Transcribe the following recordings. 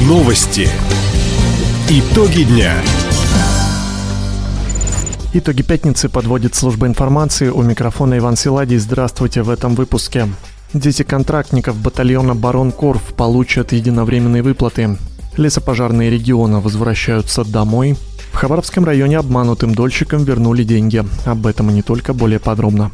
Новости. Итоги дня. Итоги пятницы подводит служба информации. У микрофона Иван Силадий. Здравствуйте в этом выпуске. Дети контрактников батальона «Барон Корф» получат единовременные выплаты. Лесопожарные региона возвращаются домой. В Хабаровском районе обманутым дольщикам вернули деньги. Об этом и не только, более подробно.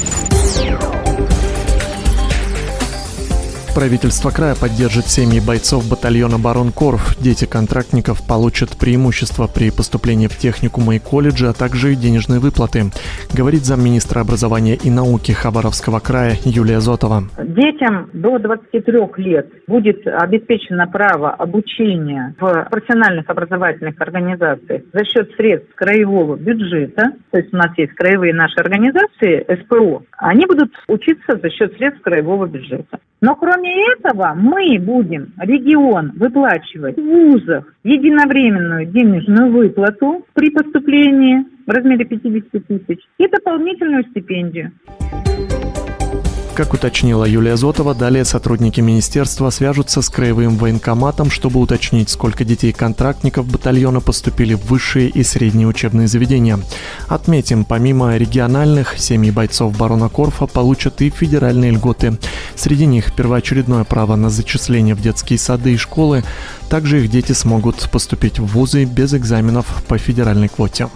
Правительство края поддержит семьи бойцов батальона «Барон Корф». Дети контрактников получат преимущество при поступлении в техникумы и колледжи, а также и денежные выплаты, говорит замминистра образования и науки Хабаровского края Юлия Зотова. Детям до 23 лет будет обеспечено право обучения в профессиональных образовательных организациях за счет средств краевого бюджета. То есть у нас есть краевые наши организации, СПО. Они будут учиться за счет средств краевого бюджета. Но кроме этого мы будем, регион, выплачивать в вузах единовременную денежную выплату при поступлении в размере 50 тысяч и дополнительную стипендию. Как уточнила Юлия Зотова, далее сотрудники министерства свяжутся с краевым военкоматом, чтобы уточнить, сколько детей-контрактников батальона поступили в высшие и средние учебные заведения. Отметим, помимо региональных, семьи бойцов барона Корфа получат и федеральные льготы. Среди них первоочередное право на зачисление в детские сады и школы. Также их дети смогут поступить в вузы без экзаменов по федеральной квоте.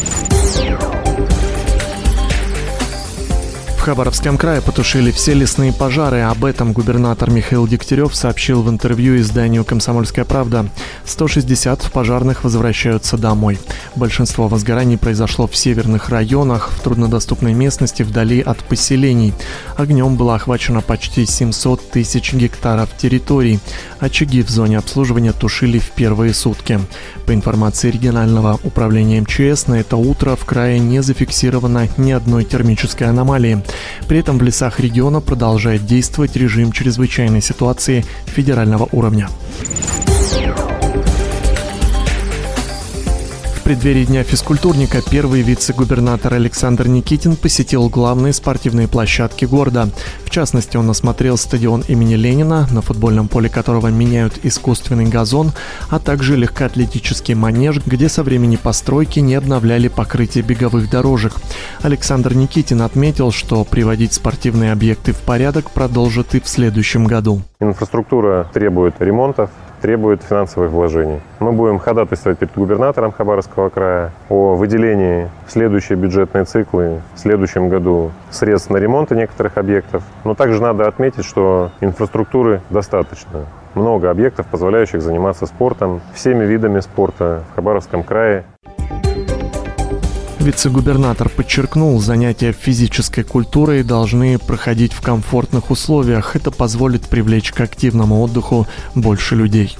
В Хабаровском крае потушили все лесные пожары. Об этом губернатор Михаил Дегтярев сообщил в интервью изданию «Комсомольская правда». 160 пожарных возвращаются домой. Большинство возгораний произошло в северных районах, в труднодоступной местности вдали от поселений. Огнем было охвачено почти 700 тысяч гектаров территорий. Очаги в зоне обслуживания тушили в первые сутки. По информации регионального управления МЧС, на это утро в крае не зафиксировано ни одной термической аномалии. При этом в лесах региона продолжает действовать режим чрезвычайной ситуации федерального уровня. В преддверии Дня физкультурника первый вице-губернатор Александр Никитин посетил главные спортивные площадки города. В частности, он осмотрел стадион имени Ленина, на футбольном поле которого меняют искусственный газон, а также легкоатлетический манеж, где со времени постройки не обновляли покрытие беговых дорожек. Александр Никитин отметил, что приводить спортивные объекты в порядок продолжит и в следующем году. Инфраструктура требует ремонтов, требует финансовых вложений. Мы будем ходатайствовать перед губернатором Хабаровского края о выделении в следующие бюджетные циклы в следующем году средств на ремонт некоторых объектов. Но также надо отметить, что инфраструктуры достаточно. Много объектов, позволяющих заниматься спортом, всеми видами спорта в Хабаровском крае. Вице-губернатор подчеркнул, занятия физической культурой должны проходить в комфортных условиях. Это позволит привлечь к активному отдыху больше людей.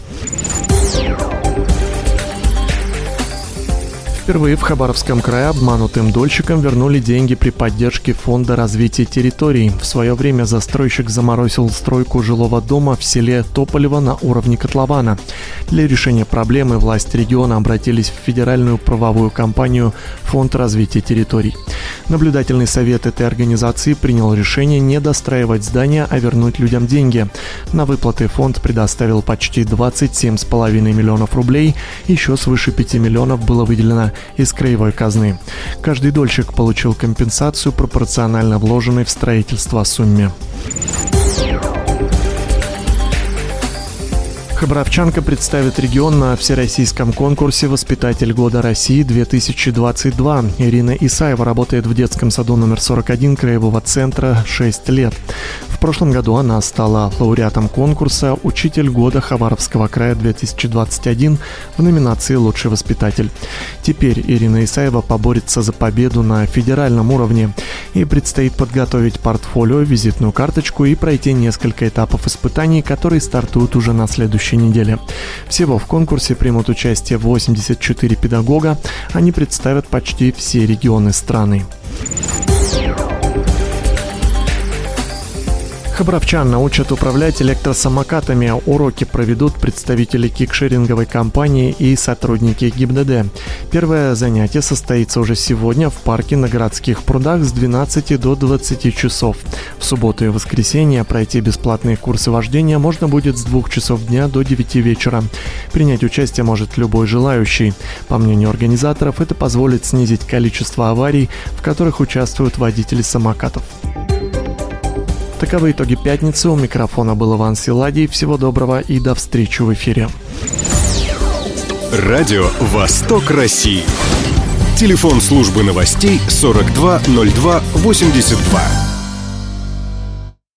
Впервые в Хабаровском крае обманутым дольщикам вернули деньги при поддержке Фонда развития территорий. В свое время застройщик заморозил стройку жилого дома в селе Тополево на уровне котлована. Для решения проблемы власти региона обратились в федеральную правовую компанию «Фонд развития территорий». Наблюдательный совет этой организации принял решение не достраивать здания, а вернуть людям деньги. На выплаты фонд предоставил почти 27,5 миллионов рублей. Еще свыше 5 миллионов было выделено из краевой казны. Каждый дольщик получил компенсацию, пропорционально вложенной в строительство сумме. Хабаровчанка представит регион на всероссийском конкурсе «Воспитатель года России-2022». Ирина Исаева работает в детском саду номер 41 краевого центра 6 лет. В прошлом году она стала лауреатом конкурса «Учитель года Хабаровского края-2021» в номинации «Лучший воспитатель». Теперь Ирина Исаева поборется за победу на федеральном уровне. Ей предстоит подготовить портфолио, визитную карточку и пройти несколько этапов испытаний, которые стартуют уже на следующей неделе. Всего в конкурсе примут участие 84 педагога. Они представят почти все регионы страны. Хабаровчан научат управлять электросамокатами. Уроки проведут представители кикшеринговой компании и сотрудники ГИБДД. Первое занятие состоится уже сегодня в парке на городских прудах с 12 до 20 часов. В субботу и воскресенье пройти бесплатные курсы вождения можно будет с 2 часов дня до 9 вечера. Принять участие может любой желающий. По мнению организаторов, это позволит снизить количество аварий, в которых участвуют водители самокатов. Таковы итоги пятницы. У микрофона был Иван Силадий. Всего доброго и до встречи в эфире. Радио «Восток России». Телефон службы новостей 420282.